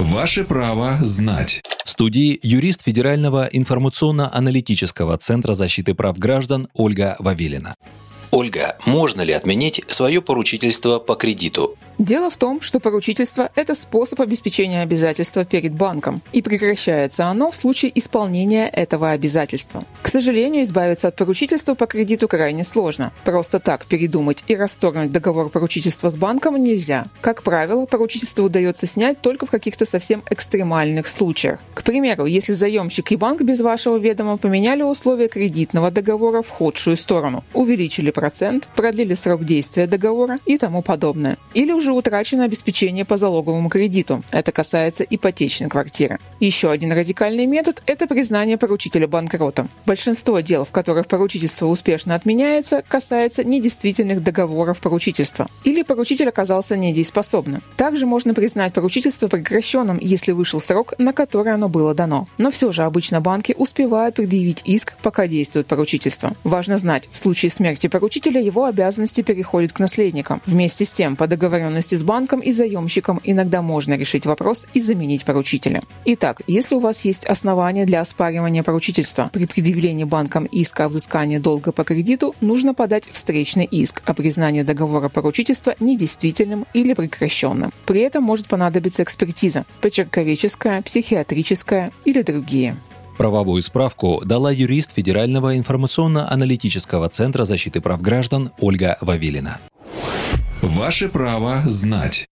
Ваше право знать. В студии юрист Федерального информационно-аналитического центра защиты прав граждан Ольга Вавилина. Ольга, можно ли отменить свое поручительство по кредиту? Дело в том, что поручительство – это способ обеспечения обязательства перед банком, и прекращается оно в случае исполнения этого обязательства. К сожалению, избавиться от поручительства по кредиту крайне сложно. Просто так передумать и расторгнуть договор поручительства с банком нельзя. Как правило, поручительство удается снять только в каких-то совсем экстремальных случаях. К примеру, если заемщик и банк без вашего ведома поменяли условия кредитного договора в худшую сторону, увеличили процент, продлили срок действия договора и тому подобное. Или уже утрачено обеспечение по залоговому кредиту. Это касается ипотечной квартиры. Еще один радикальный метод – это признание поручителя банкротом. Большинство дел, в которых поручительство успешно отменяется, касается недействительных договоров поручительства. Или поручитель оказался недееспособным. Также можно признать поручительство прекращенным, если вышел срок, на который оно было дано. Но все же обычно банки успевают предъявить иск, пока действует поручительство. Важно знать, в случае смерти поручителя его обязанности переходят к наследникам. Вместе с тем, по договоренности с банком и заемщиком иногда можно решить вопрос и заменить поручителя. Итак, если у вас есть основания для оспаривания поручительства, при предъявлении банком иска о взыскании долга по кредиту нужно подать встречный иск о признании договора поручительства недействительным или прекращенным. При этом может понадобиться экспертиза – почерковедческая, психиатрическая или другие. Правовую справку дала юрист Федерального информационно-аналитического центра защиты прав граждан Ольга Вавилина. Ваше право знать.